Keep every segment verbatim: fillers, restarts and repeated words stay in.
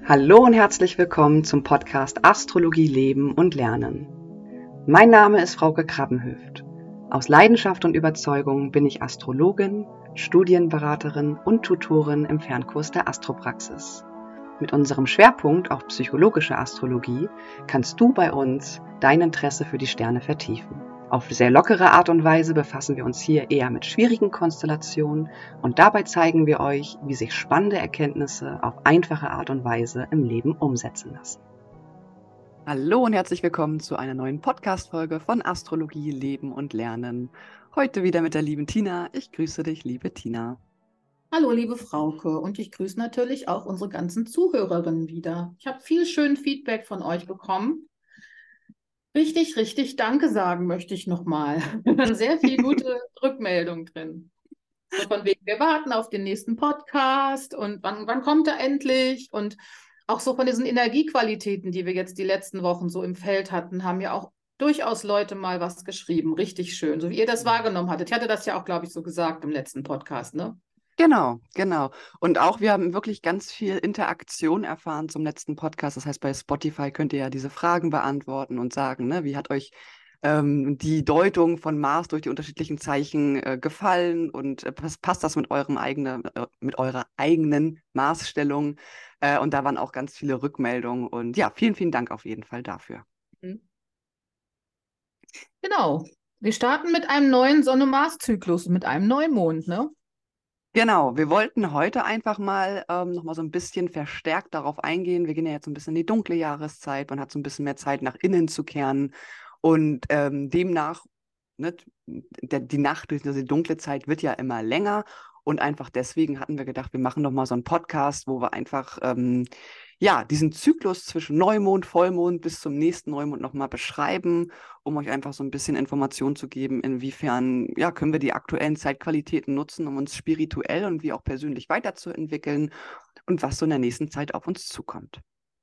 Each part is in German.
Hallo und herzlich willkommen zum Podcast Astrologie Leben und Lernen. Mein Name ist Frauke Krabbenhöft. Aus Leidenschaft und Überzeugung bin ich Astrologin, Studienberaterin und Tutorin im Fernkurs der Astropraxis. Mit unserem Schwerpunkt auf psychologische Astrologie kannst du bei uns dein Interesse für die Sterne vertiefen. Auf sehr lockere Art und Weise befassen wir uns hier eher mit schwierigen Konstellationen und dabei zeigen wir euch, wie sich spannende Erkenntnisse auf einfache Art und Weise im Leben umsetzen lassen. Hallo und herzlich willkommen zu einer neuen Podcast-Folge von Astrologie Leben und Lernen. Heute wieder mit der lieben Tina. Ich grüße dich, liebe Tina. Hallo, liebe Frauke, und ich grüße natürlich auch unsere ganzen Zuhörerinnen wieder. Ich habe viel schön Feedback von euch bekommen. Richtig, richtig Danke sagen möchte ich nochmal. Sehr viel gute Rückmeldung drin. So von wegen, wir warten auf den nächsten Podcast und wann, wann kommt er endlich? Und auch so von diesen Energiequalitäten, die wir jetzt die letzten Wochen so im Feld hatten, haben ja auch durchaus Leute mal was geschrieben. Richtig schön, so wie ihr das wahrgenommen hattet. Ich hatte das ja auch, glaube ich, so gesagt im letzten Podcast, ne? Genau, genau. Und auch wir haben wirklich ganz viel Interaktion erfahren zum letzten Podcast. Das heißt, bei Spotify könnt ihr ja diese Fragen beantworten und sagen, ne, wie hat euch ähm, die Deutung von Mars durch die unterschiedlichen Zeichen äh, gefallen und äh, passt, passt das mit eurem eigenen, äh, mit eurer eigenen Marsstellung? Äh, und da waren auch ganz viele Rückmeldungen. Und ja, vielen, vielen Dank auf jeden Fall dafür. Mhm. Genau. Wir starten mit einem neuen Sonne-Mars-Zyklus, mit einem Neumond, ne? Genau, wir wollten heute einfach mal ähm, noch mal so ein bisschen verstärkt darauf eingehen. Wir gehen ja jetzt so ein bisschen in die dunkle Jahreszeit. Man hat so ein bisschen mehr Zeit, nach innen zu kehren. Und ähm, demnach, ne, der, die Nacht durch diese dunkle Zeit wird ja immer länger. Und einfach deswegen hatten wir gedacht, wir machen noch mal so einen Podcast, wo wir einfach ähm, ja, diesen Zyklus zwischen Neumond, Vollmond bis zum nächsten Neumond noch mal beschreiben, um euch einfach so ein bisschen Informationen zu geben, inwiefern ja, können wir die aktuellen Zeitqualitäten nutzen, um uns spirituell und wie auch persönlich weiterzuentwickeln und was so in der nächsten Zeit auf uns zukommt.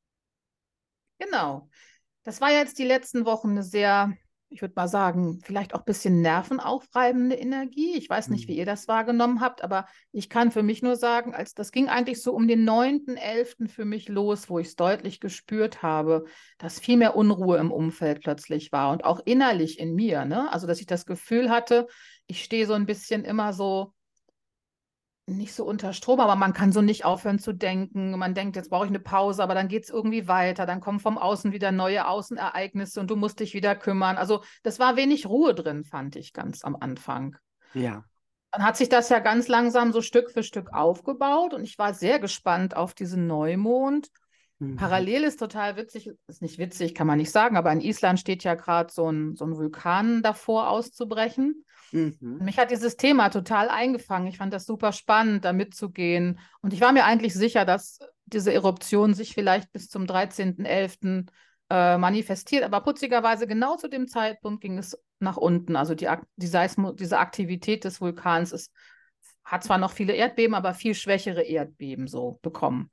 Genau. Das war jetzt die letzten Wochen eine sehr, ich würde mal sagen, vielleicht auch ein bisschen nervenaufreibende Energie. Ich weiß nicht, wie ihr das wahrgenommen habt, aber ich kann für mich nur sagen, als das ging eigentlich so um den neunten elften für mich los, wo ich es deutlich gespürt habe, dass viel mehr Unruhe im Umfeld plötzlich war und auch innerlich in mir, ne? Also, dass ich das Gefühl hatte, ich stehe so ein bisschen immer so nicht so unter Strom, aber man kann so nicht aufhören zu denken. Man denkt, jetzt brauche ich eine Pause, aber dann geht es irgendwie weiter. Dann kommen vom Außen wieder neue Außenereignisse und du musst dich wieder kümmern. Also das war wenig Ruhe drin, fand ich ganz am Anfang. Ja. Dann hat sich das ja ganz langsam so Stück für Stück aufgebaut und ich war sehr gespannt auf diesen Neumond. Mhm. Parallel ist total witzig, ist nicht witzig, kann man nicht sagen, aber in Island steht ja gerade so ein, so ein Vulkan davor auszubrechen. Mhm. Mich hat dieses Thema total eingefangen. Ich fand das super spannend, da mitzugehen. Und ich war mir eigentlich sicher, dass diese Eruption sich vielleicht bis zum dreizehnten elften äh, manifestiert. Aber putzigerweise genau zu dem Zeitpunkt ging es nach unten. Also die, die Seismo diese Aktivität des Vulkans ist, hat zwar noch viele Erdbeben, aber viel schwächere Erdbeben so bekommen.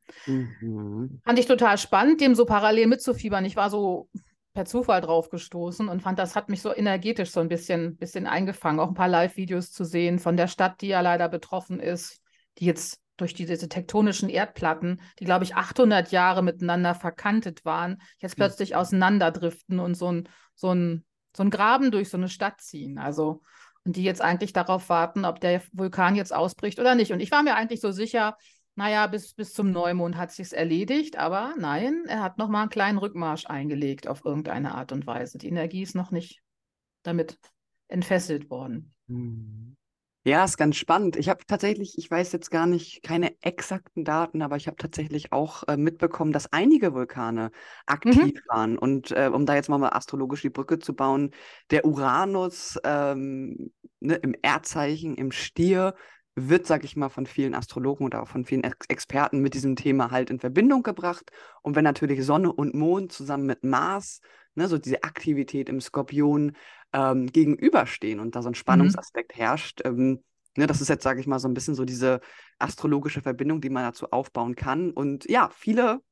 Mhm. Fand ich total spannend, dem so parallel mitzufiebern. Ich war so per Zufall drauf gestoßen und fand, das hat mich so energetisch so ein bisschen, bisschen eingefangen. Auch ein paar Live-Videos zu sehen von der Stadt, die ja leider betroffen ist, die jetzt durch die, diese tektonischen Erdplatten, die, glaube ich, achthundert Jahre miteinander verkantet waren, jetzt plötzlich auseinanderdriften und so ein, so ein, so ein Graben durch so eine Stadt ziehen. Also, und die jetzt eigentlich darauf warten, ob der Vulkan jetzt ausbricht oder nicht. Und ich war mir eigentlich so sicher, naja, bis, bis zum Neumond hat sich's erledigt, aber nein, er hat nochmal einen kleinen Rückmarsch eingelegt auf irgendeine Art und Weise. Die Energie ist noch nicht damit entfesselt worden. Mhm. Ja, ist ganz spannend. Ich habe tatsächlich, ich weiß jetzt gar nicht, keine exakten Daten, aber ich habe tatsächlich auch äh, mitbekommen, dass einige Vulkane aktiv Mhm. waren. Und äh, um da jetzt mal, mal astrologisch die Brücke zu bauen, der Uranus ähm, ne, im Erdzeichen, im Stier, wird, sag ich mal, von vielen Astrologen oder auch von vielen Ex Experten mit diesem Thema halt in Verbindung gebracht. Und wenn natürlich Sonne und Mond zusammen mit Mars, ne, so diese Aktivität im Skorpion, ähm, gegenüberstehen und da so ein Mhm. Spannungsaspekt herrscht. Ähm, ne, das ist jetzt, sage ich mal, so ein bisschen so diese astrologische Verbindung, die man dazu aufbauen kann. Und ja, viele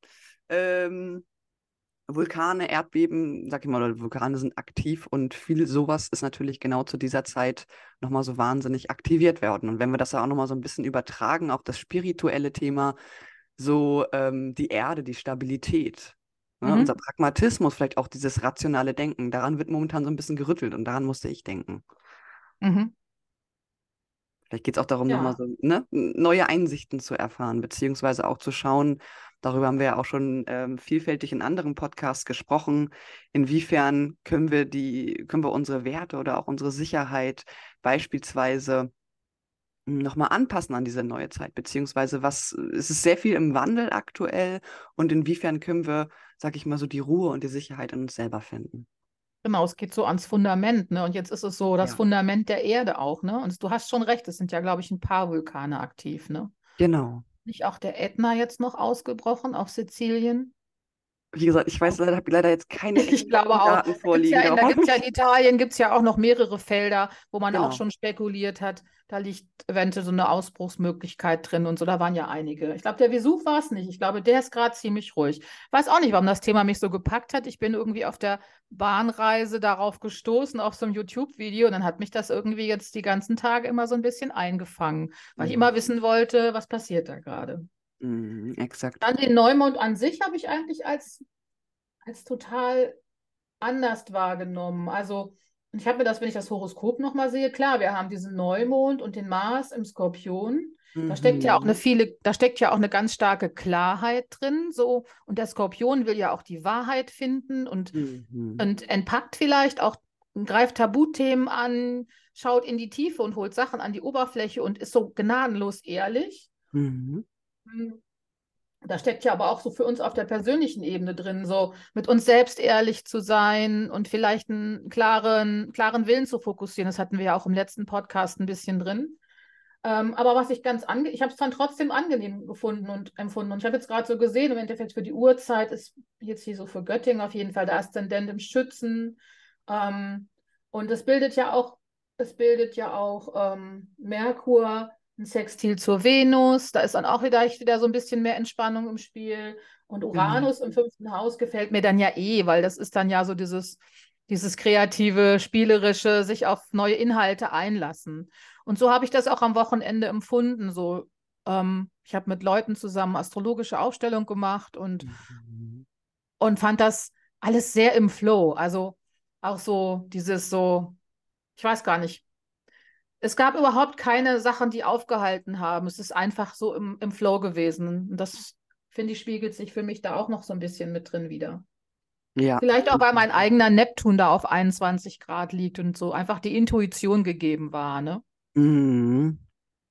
ähm, Vulkane, Erdbeben, sag ich mal, oder Vulkane sind aktiv und viel sowas ist natürlich genau zu dieser Zeit nochmal so wahnsinnig aktiviert worden. Und wenn wir das ja auch nochmal so ein bisschen übertragen auf das spirituelle Thema, so ähm, die Erde, die Stabilität. Ne? Mhm. Unser Pragmatismus, vielleicht auch dieses rationale Denken. Daran wird momentan so ein bisschen gerüttelt und daran musste ich denken. Mhm. Vielleicht geht es auch darum, nochmal Ja. so ne, neue Einsichten zu erfahren, beziehungsweise auch zu schauen, darüber haben wir ja auch schon ähm, vielfältig in anderen Podcasts gesprochen, inwiefern können wir die, können wir unsere Werte oder auch unsere Sicherheit beispielsweise nochmal anpassen an diese neue Zeit, beziehungsweise was, es ist sehr viel im Wandel aktuell und inwiefern können wir, sag ich mal, so die Ruhe und die Sicherheit in uns selber finden. Genau, es geht so ans Fundament, ne? Und jetzt ist es so das Ja, Fundament der Erde auch, ne? Und du hast schon recht, es sind ja, glaube ich, ein paar Vulkane aktiv, ne? genau. Nicht auch der Ätna jetzt noch ausgebrochen auf Sizilien? Wie gesagt, ich weiß leider, habe leider jetzt keine Ich glaube exakten auch. Daten Da gibt es ja, vorliegen, in- darauf da habe gibt's ja in ich. Italien gibt's ja auch noch mehrere Felder, wo man auch Genau. schon spekuliert hat, da liegt eventuell so eine Ausbruchsmöglichkeit drin und so. Da waren ja einige. Ich glaube, der Vesuv war es nicht. Ich glaube, der ist gerade ziemlich ruhig. Weiß auch nicht, warum das Thema mich so gepackt hat. Ich bin irgendwie auf der Bahnreise darauf gestoßen, auf so einem YouTube-Video. Und dann hat mich das irgendwie jetzt die ganzen Tage immer so ein bisschen eingefangen, weil ich immer Mhm. wissen wollte, was passiert da gerade. Mhm, exakt. Dann den Neumond an sich habe ich eigentlich als, als total anders wahrgenommen. Also, ich habe mir das, wenn ich das Horoskop nochmal sehe, klar, wir haben diesen Neumond und den Mars im Skorpion. Da steckt ja auch eine Mhm. viele, da steckt ja auch eine ganz starke Klarheit drin, so. Und der Skorpion will ja auch die Wahrheit finden und, Mhm. und entpackt vielleicht auch, greift Tabuthemen an, schaut in die Tiefe und holt Sachen an die Oberfläche und ist so gnadenlos ehrlich. Mhm. Hm. Da steckt ja aber auch so für uns auf der persönlichen Ebene drin, so mit uns selbst ehrlich zu sein und vielleicht einen klaren, klaren Willen zu fokussieren. Das hatten wir ja auch im letzten Podcast ein bisschen drin. Ähm, aber was ich ganz ange ich habe es dann trotzdem angenehm gefunden und empfunden. Und ich habe jetzt gerade so gesehen, im Endeffekt für die Uhrzeit ist jetzt hier so für Göttingen auf jeden Fall der Aszendent im Schützen. Ähm, und es bildet ja auch, es bildet ja auch ähm, Merkur, ein Sextil zur Venus. Da ist dann auch wieder, wieder so ein bisschen mehr Entspannung im Spiel. Und Genau. Uranus im fünften Haus gefällt mir dann ja eh, weil das ist dann ja so dieses, dieses kreative, spielerische, sich auf neue Inhalte einlassen. Und so habe ich das auch am Wochenende empfunden. So, ähm, ich habe mit Leuten zusammen astrologische Aufstellung gemacht und, Mhm. und fand das alles sehr im Flow. Also auch so dieses so, ich weiß gar nicht. Es gab überhaupt keine Sachen, die aufgehalten haben. Es ist einfach so im, im Flow gewesen. Und das, finde ich, spiegelt sich für mich da auch noch so ein bisschen mit drin wieder. Ja. Vielleicht auch, weil mein eigener Neptun da auf einundzwanzig Grad liegt und so einfach die Intuition gegeben war, ne? Mhm.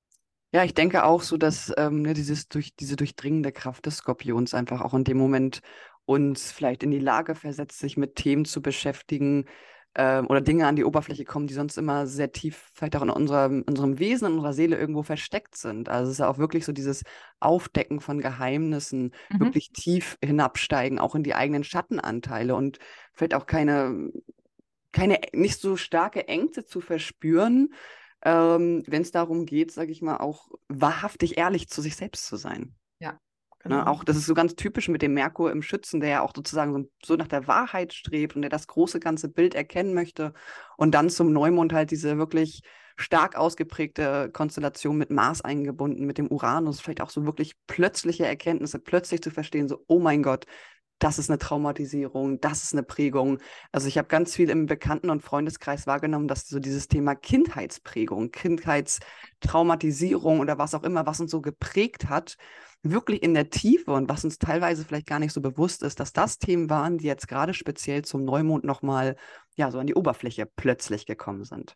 Ja, ich denke auch so, dass ähm, ne, dieses durch diese durchdringende Kraft des Skorpions einfach auch in dem Moment uns vielleicht in die Lage versetzt, sich mit Themen zu beschäftigen ähm, oder Dinge an die Oberfläche kommen, die sonst immer sehr tief vielleicht auch in unserem, unserem Wesen, in unserer Seele irgendwo versteckt sind. Also es ist ja auch wirklich so dieses Aufdecken von Geheimnissen, Mhm. wirklich tief hinabsteigen, auch in die eigenen Schattenanteile und vielleicht auch keine keine nicht so starke Ängste zu verspüren, ähm, wenn es darum geht, sage ich mal, auch wahrhaftig ehrlich zu sich selbst zu sein. Ja, Ne? genau. Auch das ist so ganz typisch mit dem Merkur im Schützen, der ja auch sozusagen so, so nach der Wahrheit strebt und der das große ganze Bild erkennen möchte und dann zum Neumond halt diese wirklich stark ausgeprägte Konstellation mit Mars eingebunden, mit dem Uranus, vielleicht auch so wirklich plötzliche Erkenntnisse, plötzlich zu verstehen, so, oh mein Gott, das ist eine Traumatisierung, das ist eine Prägung. Also ich habe ganz viel im Bekannten- und Freundeskreis wahrgenommen, dass so dieses Thema Kindheitsprägung, Kindheitstraumatisierung oder was auch immer, was uns so geprägt hat, wirklich in der Tiefe und was uns teilweise vielleicht gar nicht so bewusst ist, dass das Themen waren, die jetzt gerade speziell zum Neumond nochmal, ja, so an die Oberfläche plötzlich gekommen sind.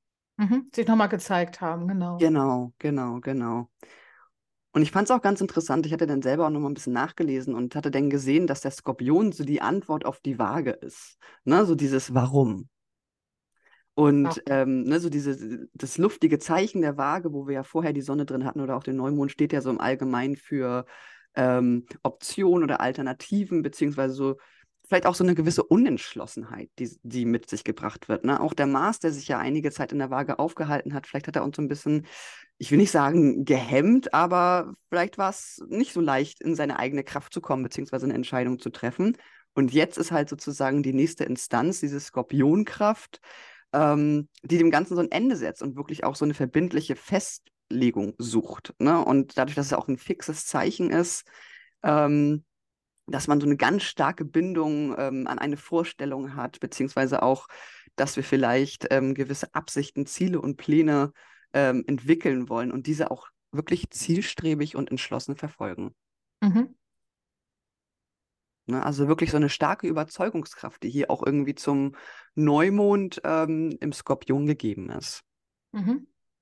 Mhm. Sich nochmal gezeigt haben, genau. Genau, genau, genau. Und ich fand es auch ganz interessant, ich hatte dann selber auch noch mal ein bisschen nachgelesen und hatte dann gesehen, dass der Skorpion so die Antwort auf die Waage ist. Ne? So dieses Warum. Ach, Und ähm, ne, so diese, das luftige Zeichen der Waage, wo wir ja vorher die Sonne drin hatten oder auch den Neumond, steht ja so im Allgemeinen für ähm, Optionen oder Alternativen, beziehungsweise so vielleicht auch so eine gewisse Unentschlossenheit, die, die mit sich gebracht wird. Ne? Auch der Mars, der sich ja einige Zeit in der Waage aufgehalten hat, vielleicht hat er uns so ein bisschen, ich will nicht sagen gehemmt, aber vielleicht war es nicht so leicht, in seine eigene Kraft zu kommen, beziehungsweise eine Entscheidung zu treffen. Und jetzt ist halt sozusagen die nächste Instanz, diese Skorpionkraft, ähm, die dem Ganzen so ein Ende setzt und wirklich auch so eine verbindliche, fest Festlegung sucht. Ne? Und dadurch, dass es auch ein fixes Zeichen ist, ähm, dass man so eine ganz starke Bindung ähm, an eine Vorstellung hat, beziehungsweise auch, dass wir vielleicht ähm, gewisse Absichten, Ziele und Pläne ähm, entwickeln wollen und diese auch wirklich zielstrebig und entschlossen verfolgen. Mhm. Ne? Also wirklich so eine starke Überzeugungskraft, die hier auch irgendwie zum Neumond ähm, im Skorpion gegeben ist. Mhm.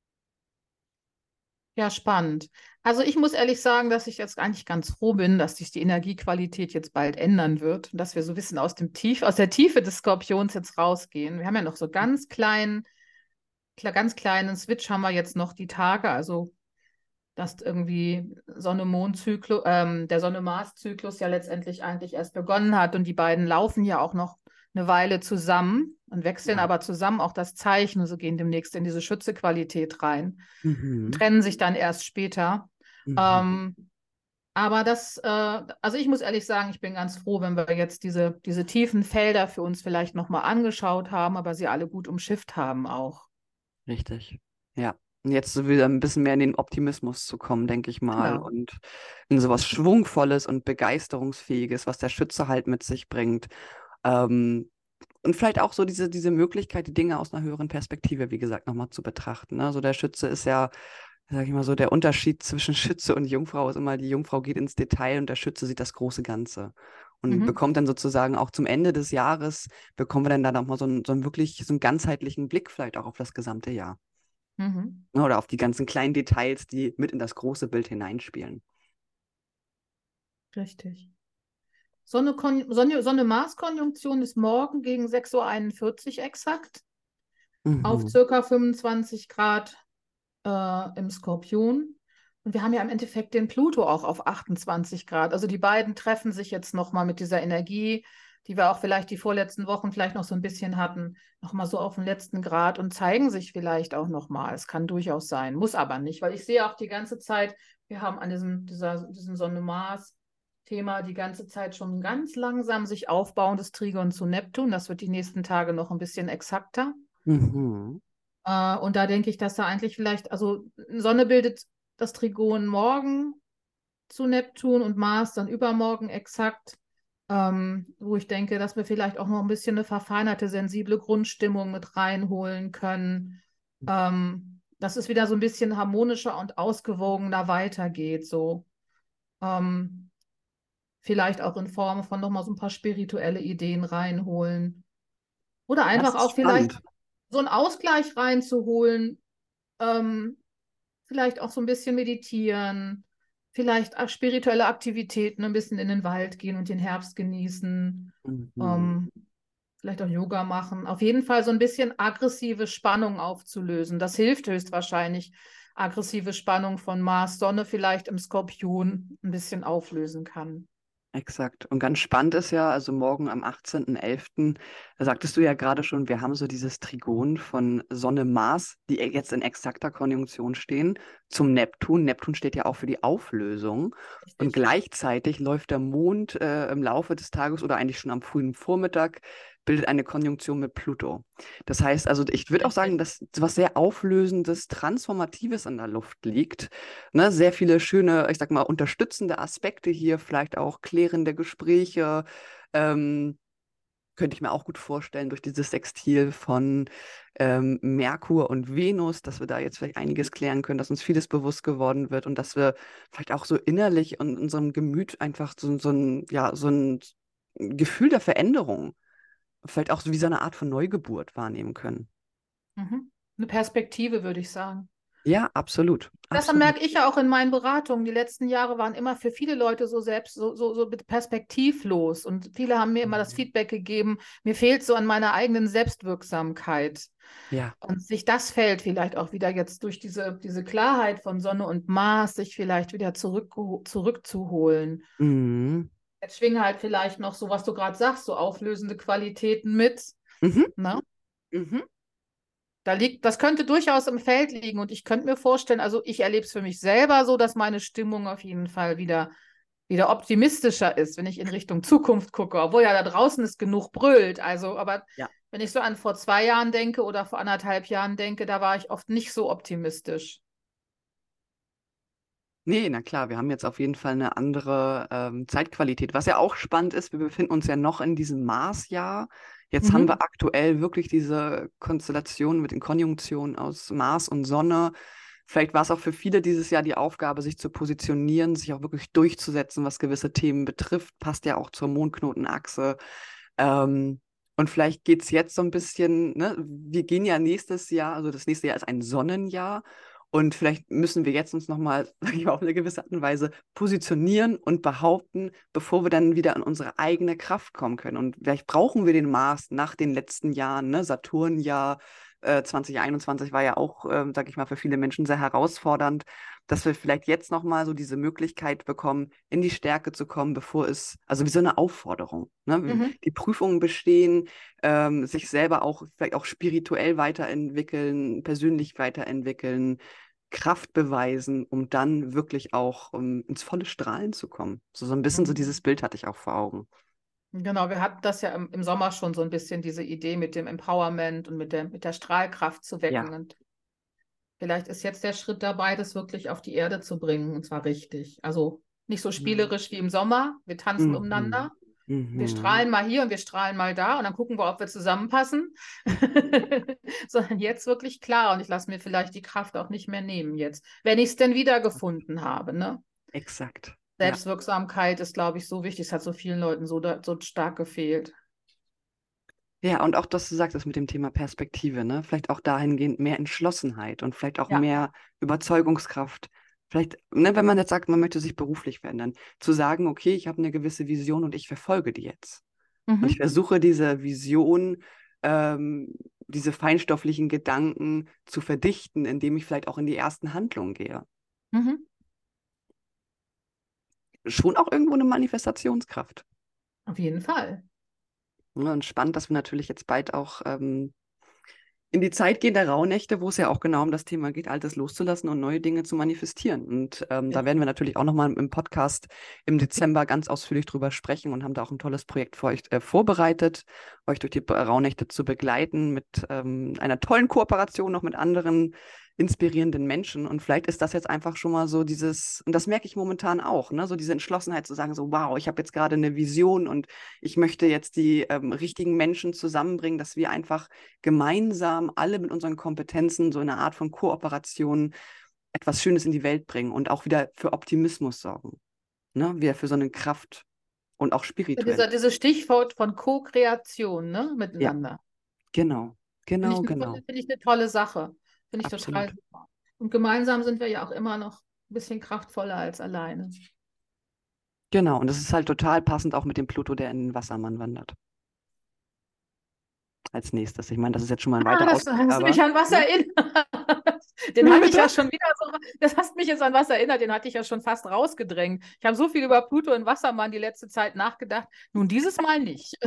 Ja, spannend. Also ich muss ehrlich sagen, dass ich jetzt eigentlich ganz froh bin, dass sich die Energiequalität jetzt bald ändern wird und dass wir so ein bisschen aus dem Tief, aus der Tiefe des Skorpions jetzt rausgehen. Wir haben ja noch so ganz kleinen, kle- ganz kleinen Switch haben wir jetzt noch die Tage, also dass irgendwie Sonne-Mond-Zyklus, ähm, der Sonne-Mars-Zyklus ja letztendlich eigentlich erst begonnen hat und die beiden laufen ja auch noch eine Weile zusammen und wechseln Ja. aber zusammen auch das Zeichen, also gehen demnächst in diese Schütze-Qualität rein und Mhm. trennen sich dann erst später. Mhm. Ähm, aber das, äh, also ich muss ehrlich sagen, ich bin ganz froh, wenn wir jetzt diese, diese tiefen Felder für uns vielleicht nochmal angeschaut haben, aber sie alle gut umschifft haben auch. Richtig. Ja. Und jetzt so wieder ein bisschen mehr in den Optimismus zu kommen, denke ich mal. Genau. Und in sowas Schwungvolles und Begeisterungsfähiges, was der Schütze halt mit sich bringt. Ähm, und vielleicht auch so diese, diese Möglichkeit, die Dinge aus einer höheren Perspektive, wie gesagt, nochmal zu betrachten. Ne? Also der Schütze ist ja, sag ich mal so, der Unterschied zwischen Schütze und Jungfrau ist immer, die Jungfrau geht ins Detail und der Schütze sieht das große Ganze. Und Mhm. bekommt dann sozusagen auch zum Ende des Jahres, bekommen wir dann da nochmal so einen, so einen wirklich, so einen ganzheitlichen Blick vielleicht auch auf das gesamte Jahr. Mhm. Ne? Oder auf die ganzen kleinen Details, die mit in das große Bild hineinspielen. Richtig. Sonne, Sonne, Sonne-Mars-Konjunktion ist morgen gegen sechs Uhr einundvierzig exakt auf Mhm. circa fünfundzwanzig Grad äh, im Skorpion. Und wir haben ja im Endeffekt den Pluto auch auf achtundzwanzig Grad. Also die beiden treffen sich jetzt nochmal mit dieser Energie, die wir auch vielleicht die vorletzten Wochen vielleicht noch so ein bisschen hatten, nochmal so auf den letzten Grad und zeigen sich vielleicht auch nochmal. Es kann durchaus sein, muss aber nicht, weil ich sehe auch die ganze Zeit, wir haben an diesem, dieser, diesem Sonne-Mars-Thema die ganze Zeit schon ganz langsam sich aufbauendes Trigon zu Neptun. Das wird die nächsten Tage noch ein bisschen exakter. Mhm. Äh, und da denke ich, dass da eigentlich vielleicht, also Sonne bildet das Trigon morgen zu Neptun und Mars dann übermorgen exakt, ähm, wo ich denke, dass wir vielleicht auch noch ein bisschen eine verfeinerte, sensible Grundstimmung mit reinholen können, ähm, dass es wieder so ein bisschen harmonischer und ausgewogener weitergeht, so. Ähm, vielleicht auch in Form von nochmal so ein paar spirituelle Ideen reinholen. Oder Das einfach ist auch vielleicht spannend. so einen Ausgleich reinzuholen, ähm, vielleicht auch so ein bisschen meditieren, vielleicht auch spirituelle Aktivitäten, ein bisschen in den Wald gehen und den Herbst genießen, Mhm. ähm, vielleicht auch Yoga machen. Auf jeden Fall so ein bisschen aggressive Spannung aufzulösen. Das hilft höchstwahrscheinlich, aggressive Spannung von Mars, Sonne vielleicht im Skorpion ein bisschen auflösen kann. Exakt. Und ganz spannend ist ja, also morgen am achtzehnten elften, da sagtest du ja gerade schon, wir haben so dieses Trigon von Sonne, Mars, die jetzt in exakter Konjunktion stehen, zum Neptun. Neptun steht ja auch für die Auflösung. Und Richtig. gleichzeitig läuft der Mond äh, im Laufe des Tages oder eigentlich schon am frühen Vormittag, bildet eine Konjunktion mit Pluto. Das heißt also, ich würde auch sagen, Richtig. dass was sehr Auflösendes, Transformatives in der Luft liegt. Ne, sehr viele schöne, ich sag mal, unterstützende Aspekte hier, vielleicht auch klärende Gespräche. Ähm, könnte ich mir auch gut vorstellen, durch dieses Sextil von ähm, Merkur und Venus, dass wir da jetzt vielleicht einiges klären können, dass uns vieles bewusst geworden wird und dass wir vielleicht auch so innerlich in unserem Gemüt einfach so, so ein, ja, so ein Gefühl der Veränderung, vielleicht auch so wie so eine Art von Neugeburt wahrnehmen können. Mhm. Eine Perspektive, würde ich sagen. Ja, absolut. Das Absolut. merke ich ja auch in meinen Beratungen. Die letzten Jahre waren immer für viele Leute so selbst, so, so, so perspektivlos. Und viele haben mir immer das Mhm. Feedback gegeben, mir fehlt so an meiner eigenen Selbstwirksamkeit. Ja. Und sich das fällt vielleicht auch wieder jetzt durch diese, diese Klarheit von Sonne und Mars, sich vielleicht wieder zurück, zurückzuholen. Mhm. Jetzt schwingen halt vielleicht noch so, was du gerade sagst, so auflösende Qualitäten mit. Mhm. Ne? Mhm. Da liegt, das könnte durchaus im Feld liegen und ich könnte mir vorstellen, also ich erlebe es für mich selber so, dass meine Stimmung auf jeden Fall wieder, wieder optimistischer ist, wenn ich in Richtung Zukunft gucke, obwohl ja da draußen es genug brüllt. Also, aber Ja. wenn ich so an vor zwei Jahren denke oder vor anderthalb Jahren denke, da war ich oft nicht so optimistisch. Nee, na klar, wir haben jetzt auf jeden Fall eine andere ähm, Zeitqualität. Was ja auch spannend ist, wir befinden uns ja noch in diesem Marsjahr. Jetzt haben Mhm. wir aktuell wirklich diese Konstellation mit den Konjunktionen aus Mars und Sonne. Vielleicht war es auch für viele dieses Jahr die Aufgabe, sich zu positionieren, sich auch wirklich durchzusetzen, was gewisse Themen betrifft. Passt ja auch zur Mondknotenachse. Ähm, und vielleicht geht es jetzt so ein bisschen, ne? Wir gehen ja nächstes Jahr, also das nächste Jahr ist ein Sonnenjahr. Und vielleicht müssen wir jetzt uns nochmal, sage ich mal, auf eine gewisse Art und Weise positionieren und behaupten, bevor wir dann wieder in unsere eigene Kraft kommen können. Und vielleicht brauchen wir den Mars nach den letzten Jahren, ne? Saturnjahr äh, zwanzig einundzwanzig war ja auch, äh, sage ich mal, für viele Menschen sehr herausfordernd, dass wir vielleicht jetzt nochmal so diese Möglichkeit bekommen, in die Stärke zu kommen, bevor es, also wie so eine Aufforderung, ne? Mhm. Die Prüfungen bestehen, ähm, sich selber auch vielleicht auch spirituell weiterentwickeln, persönlich weiterentwickeln, Kraft beweisen, um dann wirklich auch um, ins volle Strahlen zu kommen. So, so ein bisschen so dieses Mhm. Bild hatte ich auch vor Augen. Genau, wir hatten das ja im, im Sommer schon so ein bisschen, diese Idee mit dem Empowerment und mit der, mit der Strahlkraft zu Ja. wecken. Und vielleicht ist jetzt der Schritt dabei, das wirklich auf die Erde zu bringen, und zwar richtig. Also nicht so Mhm. spielerisch wie im Sommer. Wir tanzen Mhm. umeinander. Wir Mhm. strahlen mal hier und wir strahlen mal da und dann gucken wir, ob wir zusammenpassen. Sondern jetzt wirklich klar und ich lasse mir vielleicht die Kraft auch nicht mehr nehmen jetzt, wenn ich es denn wiedergefunden habe. Ne? Exakt. Ja. Selbstwirksamkeit ist, glaube ich, so wichtig. Es hat so vielen Leuten so, da, so stark gefehlt. Ja, und auch, dass du sagst, das mit dem Thema Perspektive, ne? Vielleicht auch dahingehend mehr Entschlossenheit und vielleicht auch Ja. mehr Überzeugungskraft. Vielleicht, ne, wenn man jetzt sagt, man möchte sich beruflich verändern, zu sagen, okay, ich habe eine gewisse Vision und ich verfolge die jetzt. Und ich Mhm. versuche diese Vision, ähm, diese feinstofflichen Gedanken zu verdichten, indem ich vielleicht auch in die ersten Handlungen gehe. Mhm. Schon auch irgendwo eine Manifestationskraft. Auf jeden Fall. Ja, und spannend, dass wir natürlich jetzt bald auch ähm, in die Zeit gehen der Rauhnächte, wo es ja auch genau um das Thema geht, Altes loszulassen und neue Dinge zu manifestieren. Und ähm, da werden wir natürlich auch nochmal im Podcast im Dezember ganz ausführlich drüber sprechen und haben da auch ein tolles Projekt für euch äh, vorbereitet, euch durch die Rauhnächte zu begleiten mit ähm, einer tollen Kooperation noch mit anderen inspirierenden Menschen. Und vielleicht ist das jetzt einfach schon mal so dieses, und das merke ich momentan auch, ne, so diese Entschlossenheit zu sagen, so wow, ich habe jetzt gerade eine Vision und ich möchte jetzt die ähm, richtigen Menschen zusammenbringen, dass wir einfach gemeinsam alle mit unseren Kompetenzen so eine Art von Kooperation etwas Schönes in die Welt bringen und auch wieder für Optimismus sorgen. Ne? Wieder für so eine Kraft und auch spirituell. Dieser, dieses Stichwort von Co-Kreation, ne, Ja, miteinander. genau. Finde ich Genau, eine tolle, genau. finde ich eine tolle Sache. Finde ich total Absolut. super. Und gemeinsam sind wir ja auch immer noch ein bisschen kraftvoller als alleine. Genau. Und das ist halt total passend auch mit dem Pluto, der in den Wassermann wandert. Als nächstes. Ich meine, das ist jetzt schon mal ein Ah, weiter das Ausblick, hast du mich aber. an was Ne? erinnert. Den Wie hatte ich bitte? ja schon wieder so, das hast mich jetzt an was erinnert, den hatte ich ja schon fast rausgedrängt. Ich habe so viel über Pluto und Wassermann die letzte Zeit nachgedacht. Nun, dieses Mal nicht.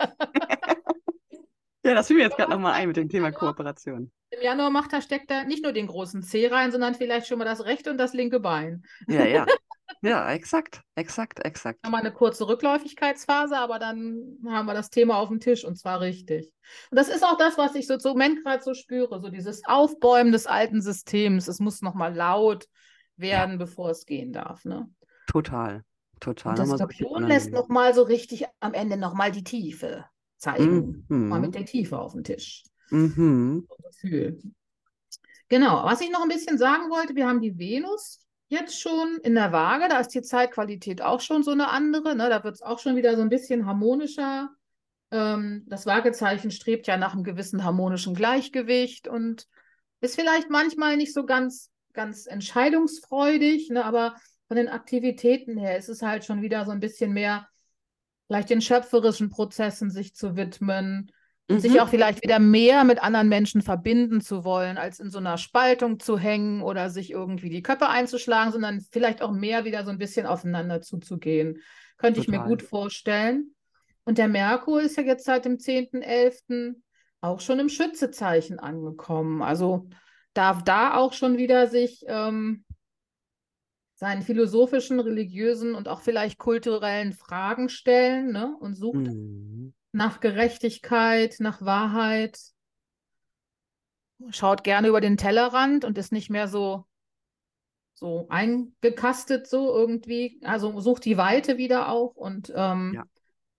Ja, das fiel mir jetzt gerade nochmal ein mit dem Thema Kooperation. Im Januar macht er, steckt er nicht nur den großen Zeh rein, sondern vielleicht schon mal das rechte und das linke Bein. Ja, ja. Ja, exakt, exakt, Haben exakt. wir eine kurze Rückläufigkeitsphase, aber dann haben wir das Thema auf dem Tisch und zwar richtig. Und das ist auch das, was ich so zum Moment gerade so spüre, so dieses Aufbäumen des alten Systems. Es muss nochmal laut Ja, werden, bevor es gehen darf. Ne? total. Und Total. das Nochmal so richtig Saturn lässt unangenehm. nochmal so richtig am Ende nochmal die Tiefe zeigen. Mal mit Mhm. der Tiefe auf dem Tisch. Mhm. Gefühl. Genau, was ich noch ein bisschen sagen wollte, wir haben die Venus jetzt schon in der Waage, da ist die Zeitqualität auch schon so eine andere, ne? Da wird es auch schon wieder so ein bisschen harmonischer. Ähm, das Waagezeichen strebt ja nach einem gewissen harmonischen Gleichgewicht und ist vielleicht manchmal nicht so ganz, ganz entscheidungsfreudig, ne? Aber von den Aktivitäten her ist es halt schon wieder so ein bisschen mehr vielleicht den schöpferischen Prozessen sich zu widmen und sich auch Mhm. vielleicht wieder mehr mit anderen Menschen verbinden zu wollen, als in so einer Spaltung zu hängen oder sich irgendwie die Köpfe einzuschlagen, sondern vielleicht auch mehr wieder so ein bisschen aufeinander zuzugehen. Könnte ich mir Total. gut vorstellen. Und der Merkur ist ja jetzt seit dem zehnten elften auch schon im Schützezeichen angekommen. Also darf da auch schon wieder sich ähm, seinen philosophischen, religiösen und auch vielleicht kulturellen Fragen stellen, ne? Und sucht Mhm. nach Gerechtigkeit, nach Wahrheit, schaut gerne über den Tellerrand und ist nicht mehr so so eingekastet, so irgendwie. Also sucht die Weite wieder auch. Und ähm, Ja,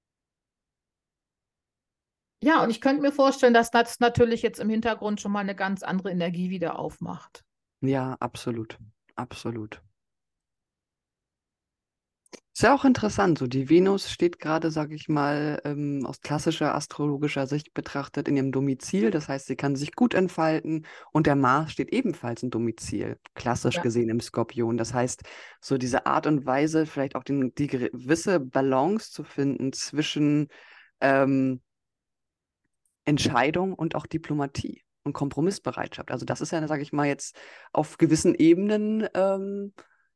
ja, und ich könnte mir vorstellen, dass das natürlich jetzt im Hintergrund schon mal eine ganz andere Energie wieder aufmacht. ja, absolut. Absolut. Ist ja auch interessant, so die Venus steht gerade, sage ich mal, ähm, aus klassischer astrologischer Sicht betrachtet in ihrem Domizil. Das heißt, sie kann sich gut entfalten und der Mars steht ebenfalls im Domizil, klassisch Ja, gesehen im Skorpion. Das heißt, so diese Art und Weise, vielleicht auch den, die gewisse Balance zu finden zwischen ähm, Entscheidung und auch Diplomatie und Kompromissbereitschaft. Also das ist ja, sage ich mal, jetzt auf gewissen Ebenen ähm,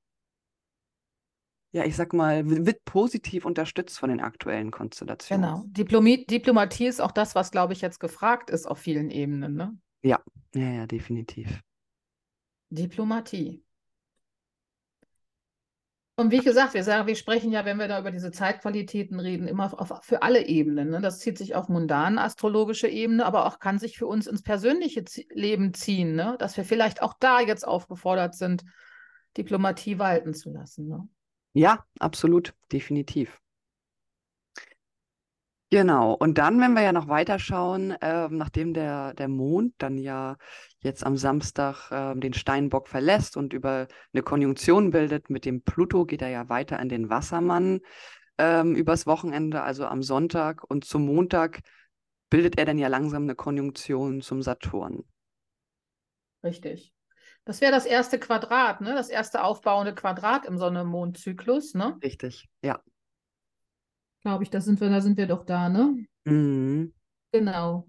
ja, ich sag mal, wird positiv unterstützt von den aktuellen Konstellationen. genau. Diplomie, Diplomatie ist auch das, was, glaube ich, jetzt gefragt ist auf vielen Ebenen, ne? Ja, ja, ja, definitiv. Diplomatie. Und wie gesagt, wir sagen, wir sprechen ja, wenn wir da über diese Zeitqualitäten reden, immer auf, für alle Ebenen. Ne? Das zieht sich auf mundan astrologische Ebene, aber auch kann sich für uns ins persönliche Zie- Leben ziehen, ne? Dass wir vielleicht auch da jetzt aufgefordert sind, Diplomatie walten zu lassen. Ne? Ja, absolut, definitiv. Genau. Und dann, wenn wir ja noch weiter schauen, ähm, nachdem der, der Mond dann ja jetzt am Samstag ähm, den Steinbock verlässt und über eine Konjunktion bildet mit dem Pluto, geht er ja weiter in den Wassermann ähm, übers Wochenende, also am Sonntag. Und zum Montag bildet er dann ja langsam eine Konjunktion zum Saturn. Richtig. Das wäre das erste Quadrat, ne? Das erste aufbauende Quadrat im Sonne-Mond-Zyklus, ne? Richtig, ja. Glaube ich, da sind wir, da sind wir doch da, ne? Mhm. Genau.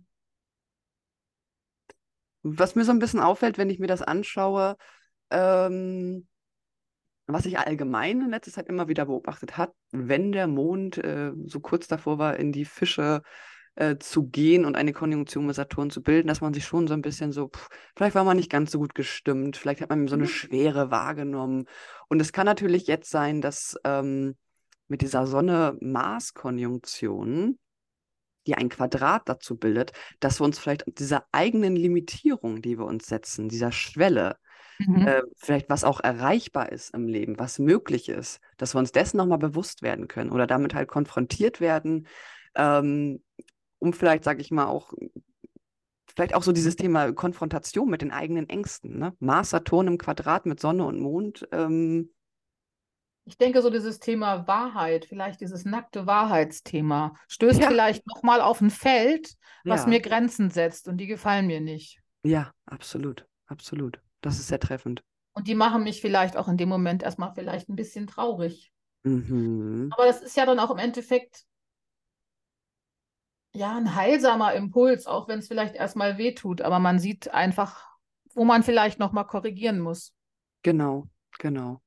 Was mir so ein bisschen auffällt, wenn ich mir das anschaue, ähm, was ich allgemein in letzter Zeit immer wieder beobachtet habe, wenn der Mond äh, so kurz davor war, in die Fische äh, zu gehen und eine Konjunktion mit Saturn zu bilden, dass man sich schon so ein bisschen so, pff, vielleicht war man nicht ganz so gut gestimmt, vielleicht hat man so eine Mhm. Schwere wahrgenommen. Und es kann natürlich jetzt sein, dass ähm, mit dieser Sonne-Mars-Konjunktion, die ein Quadrat dazu bildet, dass wir uns vielleicht dieser eigenen Limitierung, die wir uns setzen, dieser Schwelle, Mhm. äh, vielleicht was auch erreichbar ist im Leben, was möglich ist, dass wir uns dessen nochmal bewusst werden können oder damit halt konfrontiert werden, ähm, um vielleicht, sage ich mal, auch, vielleicht auch so dieses Thema Konfrontation mit den eigenen Ängsten, ne? Mars, Saturn im Quadrat mit Sonne und Mond, ähm, Ich denke, so dieses Thema Wahrheit, vielleicht dieses nackte Wahrheitsthema, stößt ja, vielleicht nochmal auf ein Feld, was ja, mir Grenzen setzt und die gefallen mir nicht. ja, absolut, absolut. Das ist sehr treffend. Und die machen mich vielleicht auch in dem Moment erstmal vielleicht ein bisschen traurig. Mhm. Aber das ist ja dann auch im Endeffekt ja ein heilsamer Impuls, auch wenn es vielleicht erstmal wehtut, aber man sieht einfach, wo man vielleicht nochmal korrigieren muss. Genau, genau.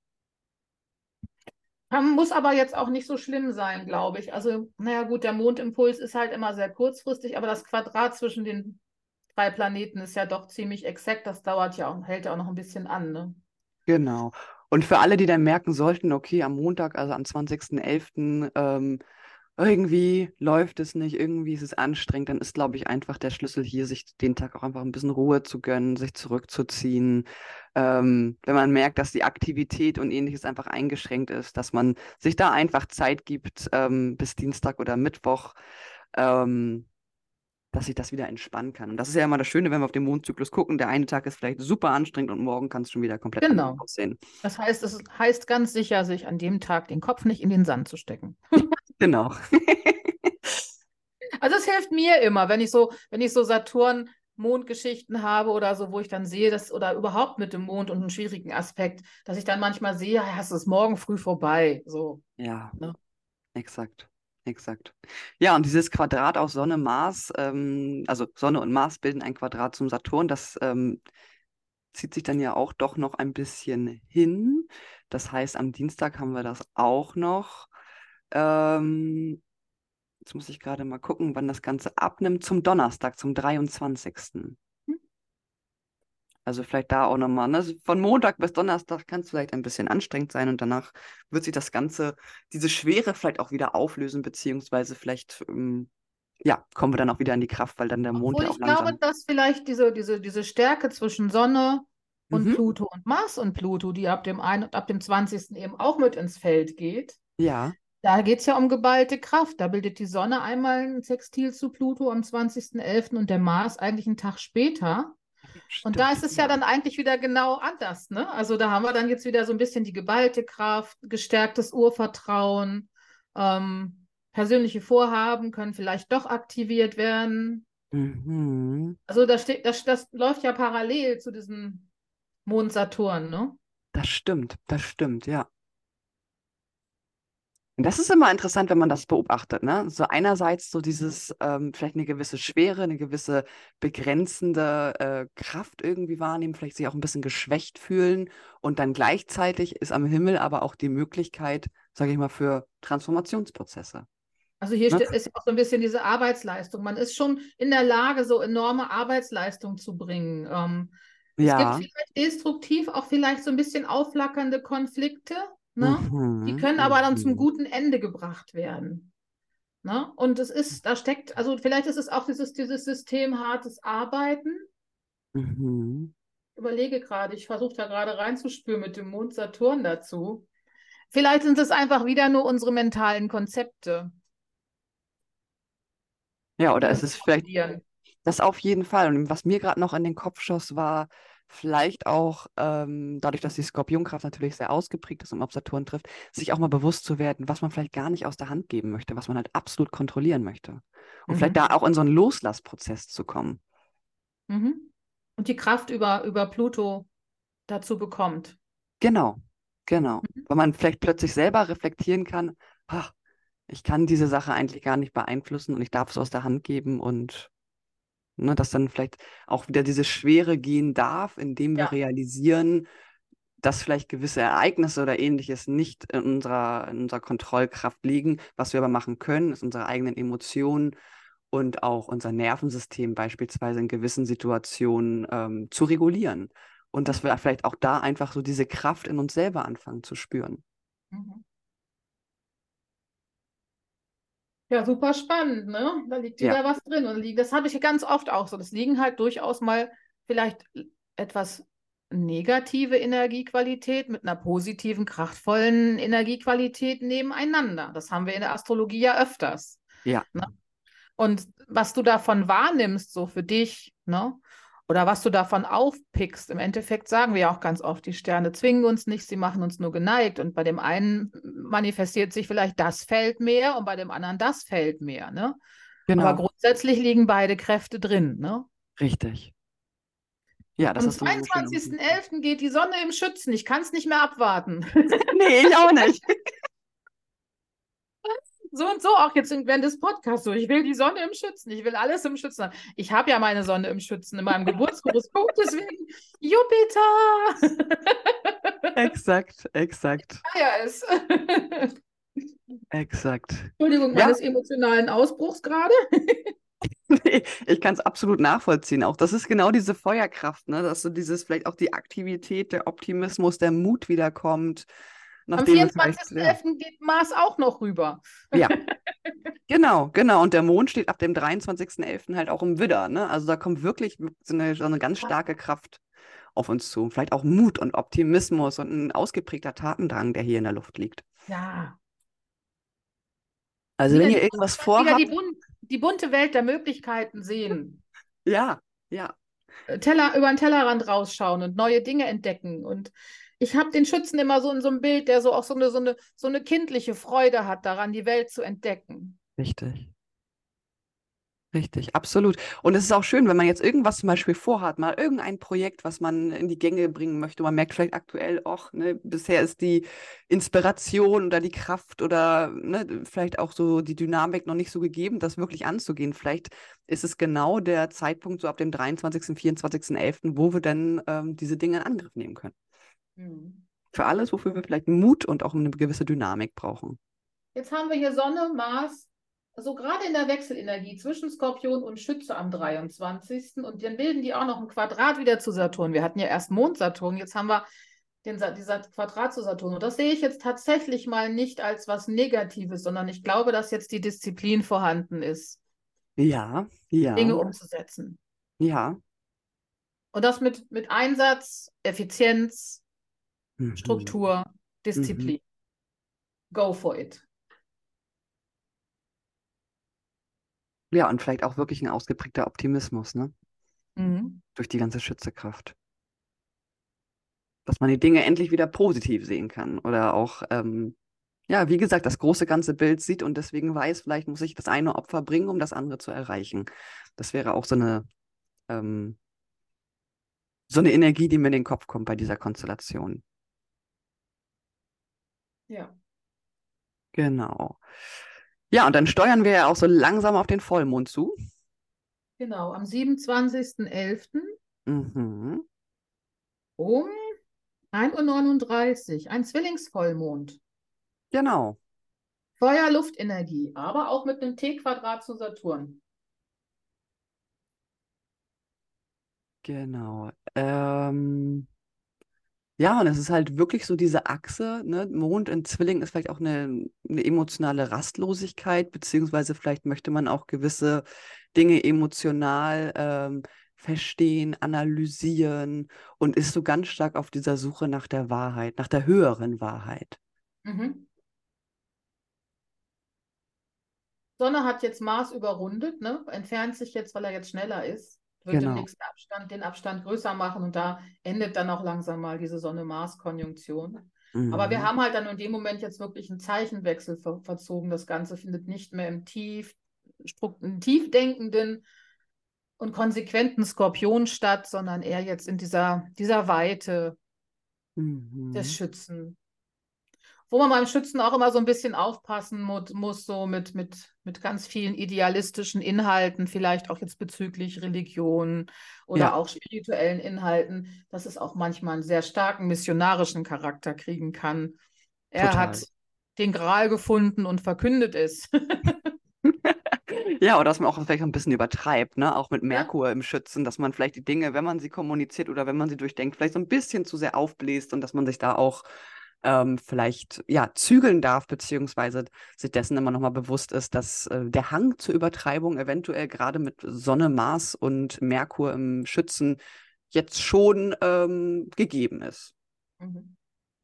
Kann, muss aber jetzt auch nicht so schlimm sein, glaube ich. Also, naja, gut, der Mondimpuls ist halt immer sehr kurzfristig, aber das Quadrat zwischen den drei Planeten ist ja doch ziemlich exakt. Das dauert ja auch, hält ja auch noch ein bisschen an, ne? Genau. Und für alle, die dann merken sollten, okay, am Montag, also am zwanzigsten elften, ähm, irgendwie läuft es nicht, irgendwie ist es anstrengend, dann ist, glaube ich, einfach der Schlüssel hier, sich den Tag auch einfach ein bisschen Ruhe zu gönnen, sich zurückzuziehen. Ähm, wenn man merkt, dass die Aktivität und ähnliches einfach eingeschränkt ist, dass man sich da einfach Zeit gibt, ähm, bis Dienstag oder Mittwoch, ähm, dass ich das wieder entspannen kann. Und das ist ja immer das Schöne, wenn wir auf den Mondzyklus gucken. Der eine Tag ist vielleicht super anstrengend und morgen kann es schon wieder komplett anders Genau. aussehen. Das heißt, es heißt ganz sicher, sich an dem Tag den Kopf nicht in den Sand zu stecken. Genau. Also es hilft mir immer, wenn ich so, wenn ich so Saturn-Mondgeschichten habe oder so, wo ich dann sehe, dass, oder überhaupt mit dem Mond und einem schwierigen Aspekt, dass ich dann manchmal sehe, ja, es ist morgen früh vorbei. So, Ja, ne? exakt. Exakt. Ja, und dieses Quadrat aus Sonne, Mars, ähm, also Sonne und Mars bilden ein Quadrat zum Saturn, das ähm, zieht sich dann ja auch doch noch ein bisschen hin. Das heißt, am Dienstag haben wir das auch noch. Ähm, Jetzt muss ich gerade mal gucken, wann das Ganze abnimmt. Zum Donnerstag, zum dreiundzwanzigsten. Also vielleicht da auch nochmal, ne? Also von Montag bis Donnerstag kann es vielleicht ein bisschen anstrengend sein und danach wird sich das Ganze, diese Schwere vielleicht auch wieder auflösen, beziehungsweise vielleicht, ähm, ja, kommen wir dann auch wieder in die Kraft, weil dann der Mond Obwohl ja auch ich glaube, langsam. dass vielleicht diese, diese, diese Stärke zwischen Sonne und Mhm. Pluto und Mars und Pluto, die ab dem einen und ab dem zwanzigsten eben auch mit ins Feld geht. Ja, Da geht es ja um geballte Kraft. Da bildet die Sonne einmal ein Sextil zu Pluto am zwanzigsten elften und der Mars eigentlich einen Tag später. Und da stimmt. ist es ja dann eigentlich wieder genau anders, ne? Also da haben wir dann jetzt wieder so ein bisschen die geballte Kraft, gestärktes Urvertrauen, ähm, persönliche Vorhaben können vielleicht doch aktiviert werden. Mhm. Also das steht, das, das läuft ja parallel zu diesem Mond Saturn, ne? Das stimmt, das stimmt, ja. Und das ist immer interessant, wenn man das beobachtet, ne? So einerseits so dieses, ähm, vielleicht eine gewisse Schwere, eine gewisse begrenzende äh, Kraft irgendwie wahrnehmen, vielleicht sich auch ein bisschen geschwächt fühlen und dann gleichzeitig ist am Himmel aber auch die Möglichkeit, sage ich mal, für Transformationsprozesse. Also hier Ne? ste- ist ja auch so ein bisschen diese Arbeitsleistung. Man ist schon in der Lage, so enorme Arbeitsleistung zu bringen. Ähm, es gibt Ja. vielleicht destruktiv auch vielleicht so ein bisschen aufflackernde Konflikte, ne? Die Mhm. können aber dann zum Mhm. guten Ende gebracht werden. Ne? Und es ist, da steckt, also vielleicht ist es auch dieses, dieses System hartes Arbeiten. Mhm. Ich überlege gerade, ich versuche da gerade reinzuspüren mit dem Mond Saturn dazu. Vielleicht sind es einfach wieder nur unsere mentalen Konzepte, Ja, oder die es uns ist vielleicht blockieren. das auf jeden Fall. Und was mir gerade noch in den Kopf schoss, war vielleicht auch, ähm, dadurch, dass die Skorpionkraft natürlich sehr ausgeprägt ist und auf Saturn trifft, sich auch mal bewusst zu werden, was man vielleicht gar nicht aus der Hand geben möchte, was man halt absolut kontrollieren möchte. Und vielleicht Mhm. da auch in so einen Loslassprozess zu kommen. Mhm. Und die Kraft über, über Pluto dazu bekommt. Genau, genau. Mhm. Weil man vielleicht plötzlich selber reflektieren kann, ach, ich kann diese Sache eigentlich gar nicht beeinflussen und ich darf es aus der Hand geben und ne, dass dann vielleicht auch wieder diese Schwere gehen darf, indem wir Ja. realisieren, dass vielleicht gewisse Ereignisse oder ähnliches nicht in unserer, in unserer Kontrollkraft liegen. Was wir aber machen können, ist unsere eigenen Emotionen und auch unser Nervensystem beispielsweise in gewissen Situationen ähm, zu regulieren. Und dass wir vielleicht auch da einfach so diese Kraft in uns selber anfangen zu spüren. Mhm. Ja, super spannend, ne? Da liegt Ja, wieder was drin. Und liegt- das habe ich ganz oft auch so. Das liegen halt durchaus mal vielleicht etwas negative Energiequalität mit einer positiven, kraftvollen Energiequalität nebeneinander. Das haben wir in der Astrologie ja öfters. ja, Ne? Und was du davon wahrnimmst, so für dich, ne? Oder was du davon aufpickst, im Endeffekt sagen wir ja auch ganz oft, die Sterne zwingen uns nicht, sie machen uns nur geneigt. Und bei dem einen manifestiert sich vielleicht das Feld mehr und bei dem anderen das Feld mehr, ne? Aber genau, grundsätzlich liegen beide Kräfte drin, ne? richtig. Ja, das Am hast du so schön ausgedrückt. zweiundzwanzigsten elften geht die Sonne im Schützen. Ich kann es nicht mehr abwarten. Nee, ich auch nicht. So und so auch jetzt während des Podcasts so. Ich will die Sonne im Schützen. Ich will alles im Schützen haben. Ich habe ja meine Sonne im Schützen in meinem Geburtshoroskop. Deswegen Jupiter. Exakt, exakt, Ja, ist. exakt. Entschuldigung Ja, meines emotionalen Ausbruchs gerade. nee, ich kann es absolut nachvollziehen. Auch das ist genau diese Feuerkraft, ne? Dass so dieses, vielleicht auch die Aktivität, der Optimismus, der Mut wiederkommt, Am nachdem wir vielleicht, ja, vierundzwanzigsten elften geht Mars auch noch rüber. ja, genau, genau. Und der Mond steht ab dem dreiundzwanzigsten elften halt auch im Widder, ne? Also da kommt wirklich so eine, so eine ganz starke Kraft auf uns zu. Vielleicht auch Mut und Optimismus und ein ausgeprägter Tatendrang, der hier in der Luft liegt. Ja. Also wenn Wieder ihr die, irgendwas wieder die, vorhabt, bun die bunte Welt der Möglichkeiten sehen. ja, ja, Teller, über den Tellerrand rausschauen und neue Dinge entdecken. Und ich habe den Schützen immer so in so einem Bild, der so auch so eine, so eine, so eine kindliche Freude hat daran, die Welt zu entdecken. richtig. Richtig, absolut. Und es ist auch schön, wenn man jetzt irgendwas zum Beispiel vorhat, mal irgendein Projekt, was man in die Gänge bringen möchte. Man merkt vielleicht aktuell, ach, ne, bisher ist die Inspiration oder die Kraft oder ne, vielleicht auch so die Dynamik noch nicht so gegeben, das wirklich anzugehen. Vielleicht ist es genau der Zeitpunkt, so ab dem dreiundzwanzigsten, vierundzwanzigsten elften, wo wir dann ähm, diese Dinge in Angriff nehmen können. Hm. Für alles, wofür wir vielleicht Mut und auch eine gewisse Dynamik brauchen. Jetzt haben wir hier Sonne, Mars, so gerade in der Wechselenergie zwischen Skorpion und Schütze am dreiundzwanzigsten. Und dann bilden die auch noch ein Quadrat wieder zu Saturn. Wir hatten ja erst Mond-Saturn, jetzt haben wir den, dieser Quadrat zu Saturn. Und das sehe ich jetzt tatsächlich mal nicht als was Negatives, sondern ich glaube, dass jetzt die Disziplin vorhanden ist, Ja, Dinge ja, umzusetzen. ja. Und das mit, mit Einsatz, Effizienz, Mhm. Struktur, Mhm. Disziplin. Go for it. Ja, und vielleicht auch wirklich ein ausgeprägter Optimismus, ne? Mhm. Durch die ganze Schützekraft. Dass man die Dinge endlich wieder positiv sehen kann. Oder auch, ähm, ja, wie gesagt, das große ganze Bild sieht und deswegen weiß, vielleicht muss ich das eine Opfer bringen, um das andere zu erreichen. Das wäre auch so eine, ähm, so eine Energie, die mir in den Kopf kommt bei dieser Konstellation. Ja. Genau. Ja, und dann steuern wir ja auch so langsam auf den Vollmond zu. Genau, am siebenundzwanzigsten elften Mhm. um ein Uhr neununddreißig, ein Zwillingsvollmond. Genau. Feuer-Luft-Energie, aber auch mit einem T-Quadrat zu Saturn. Genau. Ähm, ja, und es ist halt wirklich so diese Achse, ne? Mond in Zwilling ist vielleicht auch eine, eine emotionale Rastlosigkeit, beziehungsweise vielleicht möchte man auch gewisse Dinge emotional ähm, verstehen, analysieren und ist so ganz stark auf dieser Suche nach der Wahrheit, nach der höheren Wahrheit. Mhm. Sonne hat jetzt Mars überrundet, ne? Entfernt sich jetzt, weil er jetzt schneller ist. Wird im Genau. nächsten Abstand den Abstand größer machen und da endet dann auch langsam mal diese Sonne-Mars-Konjunktion. Aber wir Mhm. haben halt dann in dem Moment jetzt wirklich einen Zeichenwechsel ver verzogen. Das Ganze findet nicht mehr im tief, im tief denkenden und konsequenten Skorpion statt, sondern eher jetzt in dieser, dieser Weite des Mhm. Schützen. Wo man beim Schützen auch immer so ein bisschen aufpassen muss, muss so mit, mit, mit ganz vielen idealistischen Inhalten, vielleicht auch jetzt bezüglich Religion oder Ja, auch spirituellen Inhalten, dass es auch manchmal einen sehr starken missionarischen Charakter kriegen kann. Er total. hat den Gral gefunden und verkündet es. Ja, oder dass man auch vielleicht ein bisschen übertreibt, ne? Auch mit Ja. Merkur im Schützen, dass man vielleicht die Dinge, wenn man sie kommuniziert oder wenn man sie durchdenkt, vielleicht so ein bisschen zu sehr aufbläst und dass man sich da auch ähm, vielleicht ja zügeln darf, beziehungsweise sich dessen immer nochmal bewusst ist, dass äh, der Hang zur Übertreibung eventuell gerade mit Sonne, Mars und Merkur im Schützen jetzt schon ähm, gegeben ist. Mhm.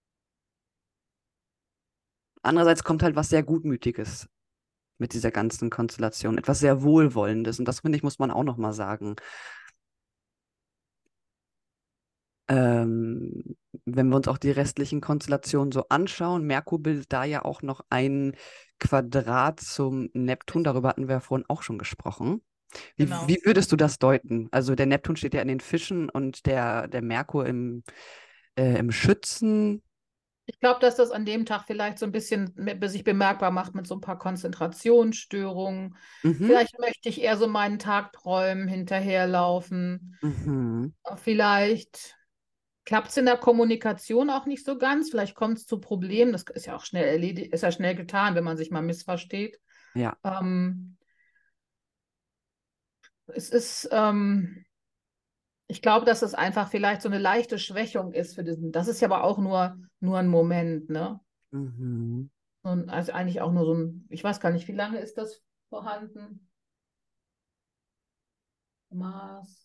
Andererseits kommt halt was sehr Gutmütiges mit dieser ganzen Konstellation, etwas sehr Wohlwollendes und das finde ich, muss man auch nochmal sagen. Ähm, wenn wir uns auch die restlichen Konstellationen so anschauen, Merkur bildet da ja auch noch ein Quadrat zum Neptun, darüber hatten wir ja vorhin auch schon gesprochen. Wie, Genau. wie würdest du das deuten? Also der Neptun steht ja in den Fischen und der, der Merkur im, äh, im Schützen. Ich glaube, dass das an dem Tag vielleicht so ein bisschen me- sich bemerkbar macht mit so ein paar Konzentrationsstörungen. Mhm, Vielleicht möchte ich eher so meinen Tagträumen hinterherlaufen. mhm, Vielleicht klappt es in der Kommunikation auch nicht so ganz. Vielleicht kommt es zu Problemen. Das ist ja auch schnell erledigt, ist ja schnell getan, wenn man sich mal missversteht. ja. Ähm, es ist, ähm, ich glaube, dass es einfach vielleicht so eine leichte Schwächung ist für diesen. Das ist ja aber auch nur, nur ein Moment, ne? Mhm. Und also eigentlich auch nur so ein, ich weiß gar nicht, wie lange ist das vorhanden? Mars,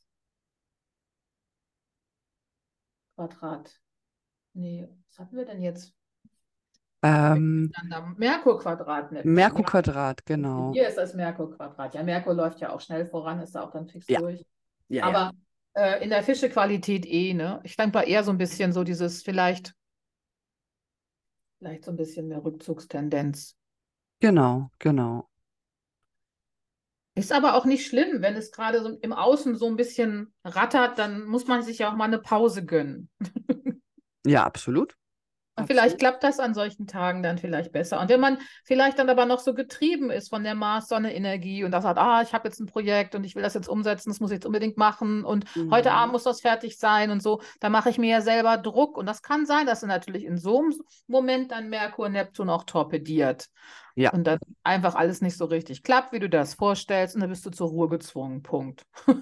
Quadrat. Nee, was hatten wir denn jetzt? Ähm, Merkur-Quadrat, Neptun. Ja, Merkur-Quadrat, genau. hier ist das Merkur-Quadrat. Ja, Merkur läuft ja auch schnell voran, ist da auch dann fix Ja, durch. ja, ja. Aber äh, in der Fische-Qualität eh, ne? Ich denke mal eher so ein bisschen so dieses, vielleicht, vielleicht so ein bisschen mehr Rückzugstendenz. Genau, genau. Ist aber auch nicht schlimm, wenn es gerade so im Außen so ein bisschen rattert, dann muss man sich ja auch mal eine Pause gönnen. Ja, absolut. Und vielleicht Absolut. klappt das an solchen Tagen dann vielleicht besser. Und wenn man vielleicht dann aber noch so getrieben ist von der Mars-Sonne-Energie und da sagt, ah, ich habe jetzt ein Projekt und ich will das jetzt umsetzen, das muss ich jetzt unbedingt machen und heute Abend Mhm. muss das fertig sein und so, da mache ich mir ja selber Druck. Und das kann sein, dass er natürlich in so einem Moment dann Merkur, Neptun auch torpediert Ja, und dann einfach alles nicht so richtig klappt, wie du das vorstellst und dann bist du zur Ruhe gezwungen. Punkt.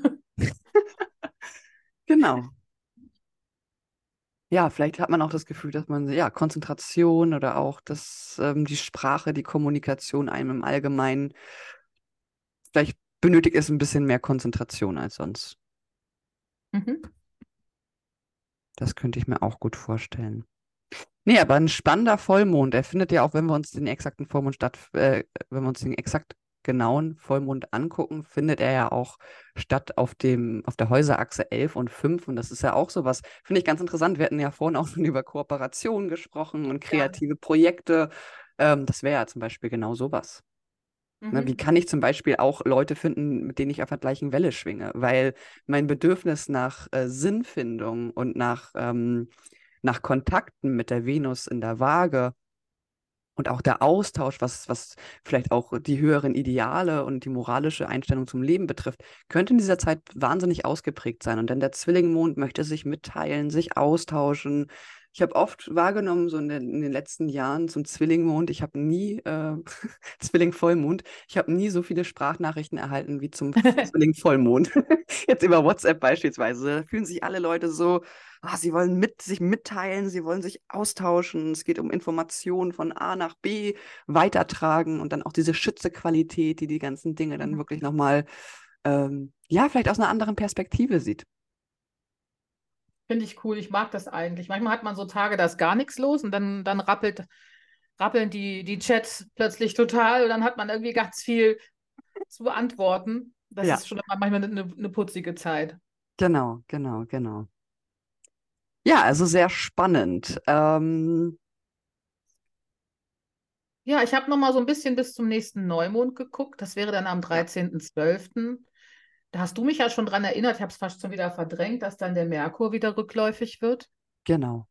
genau. Ja, vielleicht hat man auch das Gefühl, dass man, ja, Konzentration oder auch das, ähm, die Sprache, die Kommunikation einem im Allgemeinen, vielleicht benötigt es ein bisschen mehr Konzentration als sonst. Mhm. Das könnte ich mir auch gut vorstellen. Nee, aber ein spannender Vollmond, der findet ja auch, wenn wir uns den exakten Vollmond statt, äh, wenn wir uns den exakt genauen Vollmond angucken, findet er ja auch statt auf dem, auf der Häuserachse elf und fünf. Und das ist ja auch sowas, finde ich ganz interessant. Wir hatten ja vorhin auch schon über Kooperationen gesprochen und Ja. kreative Projekte. Ähm, das wäre ja zum Beispiel genau sowas. Ne, wie Mhm. kann ich zum Beispiel auch Leute finden, mit denen ich auf der gleichen Welle schwinge? Weil mein Bedürfnis nach äh, Sinnfindung und nach, ähm, nach Kontakten mit der Venus in der Waage und auch der Austausch, was, was vielleicht auch die höheren Ideale und die moralische Einstellung zum Leben betrifft, könnte in dieser Zeit wahnsinnig ausgeprägt sein. Und dann der Zwillingmond möchte sich mitteilen, sich austauschen. Ich habe oft wahrgenommen, so in den, in den letzten Jahren zum Zwillingmond, ich habe nie, äh, Zwilling-Vollmond, ich habe nie so viele Sprachnachrichten erhalten wie zum Zwilling-Vollmond. Jetzt über WhatsApp beispielsweise. Da fühlen sich alle Leute so, ah, sie wollen mit, sich mitteilen, sie wollen sich austauschen. Es geht um Informationen von A nach B weitertragen und dann auch diese Schützequalität, die die ganzen Dinge dann Mhm. wirklich nochmal, ähm, ja, vielleicht aus einer anderen Perspektive sieht. Finde ich cool. Ich mag das eigentlich. Manchmal hat man so Tage, da ist gar nichts los und dann, dann rappelt, rappeln die, die Chats plötzlich total und dann hat man irgendwie ganz viel zu beantworten. Das Ja, ist schon manchmal eine, eine putzige Zeit. genau, genau, genau. Ja, also sehr spannend. Ähm, Ja, ich habe noch mal so ein bisschen bis zum nächsten Neumond geguckt. Das wäre dann am ja, dreizehnten zwölften. Da hast du mich ja schon dran erinnert, ich habe es fast schon wieder verdrängt, dass dann der Merkur wieder rückläufig wird. genau.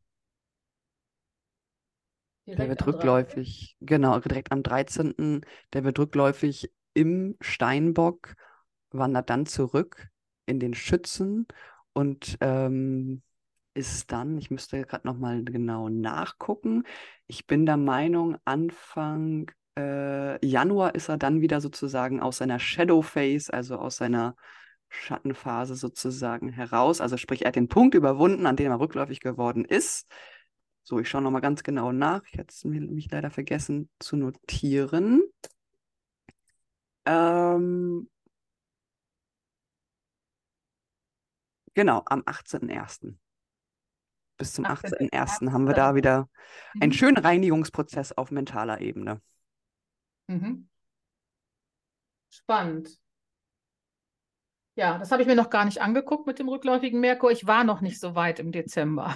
Der Direkt wird am dreizehnten. rückläufig, genau, direkt am dreizehnten. Der wird rückläufig im Steinbock, wandert dann zurück in den Schützen und ähm, ist dann, ich müsste gerade nochmal genau nachgucken, ich bin der Meinung, Anfang äh, Januar ist er dann wieder sozusagen aus seiner Shadow Phase, also aus seiner Schattenphase sozusagen heraus. Also sprich, er hat den Punkt überwunden, an dem er rückläufig geworden ist. So, ich schaue nochmal ganz genau nach. Ich hatte es mir- mich leider vergessen zu notieren. Ähm, genau, am achtzehnten ersten. Bis zum achtzehnten ersten haben wir da achtzehnten. wieder einen Mhm. schönen Reinigungsprozess auf mentaler Ebene. Mhm. Spannend. Ja, das habe ich mir noch gar nicht angeguckt mit dem rückläufigen Merkur. Ich war noch nicht so weit im Dezember.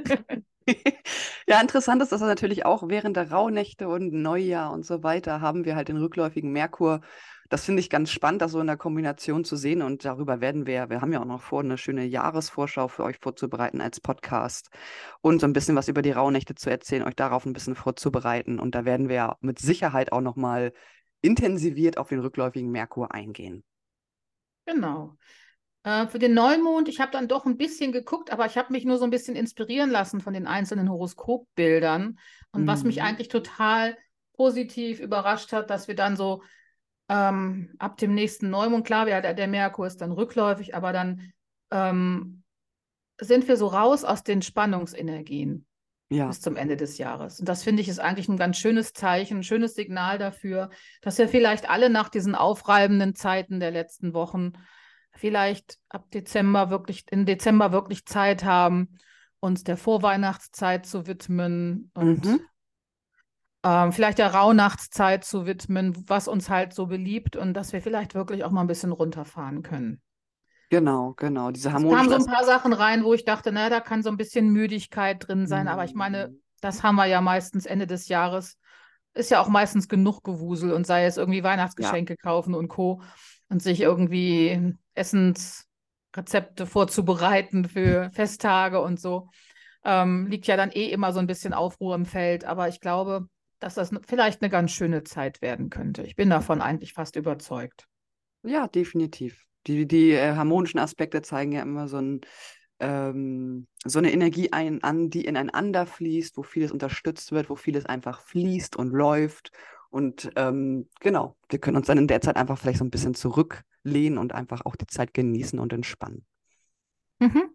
Ja, interessant ist, dass er natürlich auch während der Rauhnächte und Neujahr und so weiter haben wir halt den rückläufigen Merkur. Das finde ich ganz spannend, das so in der Kombination zu sehen. Und darüber werden wir, wir haben ja auch noch vor, eine schöne Jahresvorschau für euch vorzubereiten als Podcast und so ein bisschen was über die Rauhnächte zu erzählen, euch darauf ein bisschen vorzubereiten. Und da werden wir ja mit Sicherheit auch nochmal intensiviert auf den rückläufigen Merkur eingehen. Genau. Äh, für den Neumond, ich habe dann doch ein bisschen geguckt, aber ich habe mich nur so ein bisschen inspirieren lassen von den einzelnen Horoskopbildern. Und was mich Mhm. eigentlich total positiv überrascht hat, dass wir dann so ähm, ab dem nächsten Neumond, klar, ja, der, der Merkur ist dann rückläufig, aber dann ähm, sind wir so raus aus den Spannungsenergien Ja, bis zum Ende des Jahres. Und das finde ich ist eigentlich ein ganz schönes Zeichen, ein schönes Signal dafür, dass wir vielleicht alle nach diesen aufreibenden Zeiten der letzten Wochen vielleicht ab Dezember wirklich, im Dezember wirklich Zeit haben, uns der Vorweihnachtszeit zu widmen und mhm. ähm, vielleicht der Rauhnachtszeit zu widmen, was uns halt so beliebt und dass wir vielleicht wirklich auch mal ein bisschen runterfahren können. Genau, genau. Diese Es kamen harmonischen so ein paar Aspekte. Sachen rein, wo ich dachte, na, da kann so ein bisschen Müdigkeit drin sein, aber ich meine, Mhm. das haben wir ja meistens Ende des Jahres. Ist ja auch meistens genug Gewusel und sei es irgendwie Ja. Weihnachtsgeschenke kaufen und Co. und sich irgendwie Essensrezepte vorzubereiten für Festtage und so. Ähm, liegt ja dann eh immer so ein bisschen Aufruhr im Feld, aber ich glaube, dass das vielleicht eine ganz schöne Zeit werden könnte. Ich bin davon eigentlich fast überzeugt. Ja, definitiv. Die, die äh, harmonischen Aspekte zeigen ja immer so, ein, ähm, so eine Energie ein, an, die ineinander fließt, wo vieles unterstützt wird, wo vieles einfach fließt und läuft. Und ähm, genau, wir können uns dann in der Zeit einfach vielleicht so ein bisschen zurücklehnen und einfach auch die Zeit genießen und entspannen. Mhm.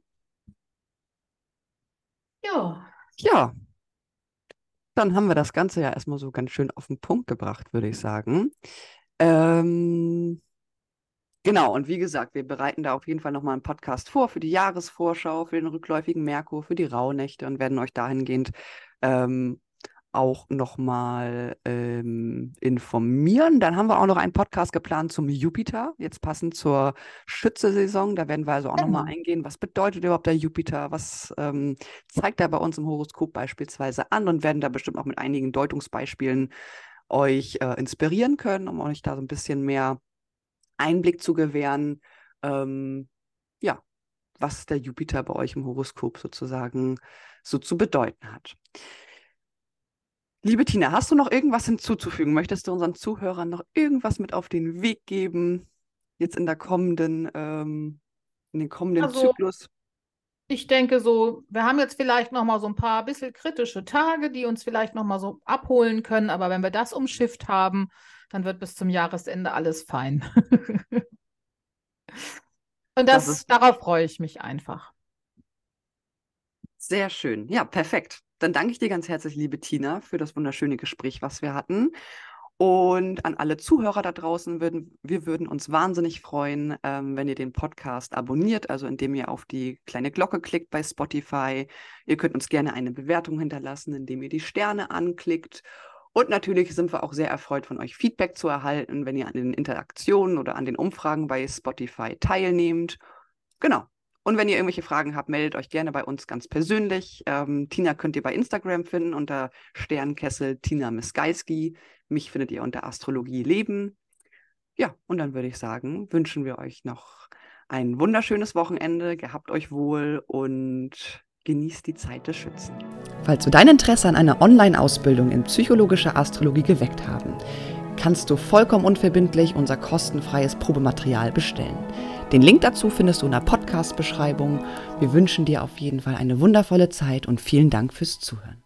Ja, Ja, dann haben wir das Ganze ja erstmal so ganz schön auf den Punkt gebracht, würde ich sagen. Ähm, Genau, und wie gesagt, wir bereiten da auf jeden Fall nochmal einen Podcast vor für die Jahresvorschau, für den rückläufigen Merkur, für die Rauhnächte und werden euch dahingehend ähm, auch nochmal ähm, informieren. Dann haben wir auch noch einen Podcast geplant zum Jupiter, jetzt passend zur Schütze-Saison. Da werden wir also auch nochmal Genau. eingehen, was bedeutet überhaupt der Jupiter, was ähm, zeigt er bei uns im Horoskop beispielsweise an und werden da bestimmt auch mit einigen Deutungsbeispielen euch äh, inspirieren können, um euch da so ein bisschen mehr Einblick zu gewähren, ähm, ja, was der Jupiter bei euch im Horoskop sozusagen so zu bedeuten hat. Liebe Tina, hast du noch irgendwas hinzuzufügen? Möchtest du unseren Zuhörern noch irgendwas mit auf den Weg geben, jetzt in der kommenden, ähm, in den kommenden Also Zyklus? ich denke so, wir haben jetzt vielleicht noch mal so ein paar bisschen kritische Tage, die uns vielleicht noch mal so abholen können, aber wenn wir das umschifft haben, dann wird bis zum Jahresende alles fein. Und Das das, ist darauf freue ich mich einfach. sehr schön. Ja, perfekt. Dann danke ich dir ganz herzlich, liebe Tina, für das wunderschöne Gespräch, was wir hatten. Und an alle Zuhörer da draußen, würden, wir würden uns wahnsinnig freuen, ähm, wenn ihr den Podcast abonniert, also indem ihr auf die kleine Glocke klickt bei Spotify. Ihr könnt uns gerne eine Bewertung hinterlassen, indem ihr die Sterne anklickt. Und natürlich sind wir auch sehr erfreut, von euch Feedback zu erhalten, wenn ihr an den Interaktionen oder an den Umfragen bei Spotify teilnehmt. Genau. Und wenn ihr irgendwelche Fragen habt, meldet euch gerne bei uns ganz persönlich. Ähm, Tina könnt ihr bei Instagram finden unter Sternkessel Tina Misgalski. Mich findet ihr unter Astrologie Leben. Ja, und dann würde ich sagen, wünschen wir euch noch ein wunderschönes Wochenende. Gehabt euch wohl und genießt die Zeit des Schützen. Falls wir dein Interesse an einer Online-Ausbildung in psychologischer Astrologie geweckt haben, kannst du vollkommen unverbindlich unser kostenfreies Probematerial bestellen. Den Link dazu findest du in der Podcast-Beschreibung. Wir wünschen dir auf jeden Fall eine wundervolle Zeit und vielen Dank fürs Zuhören.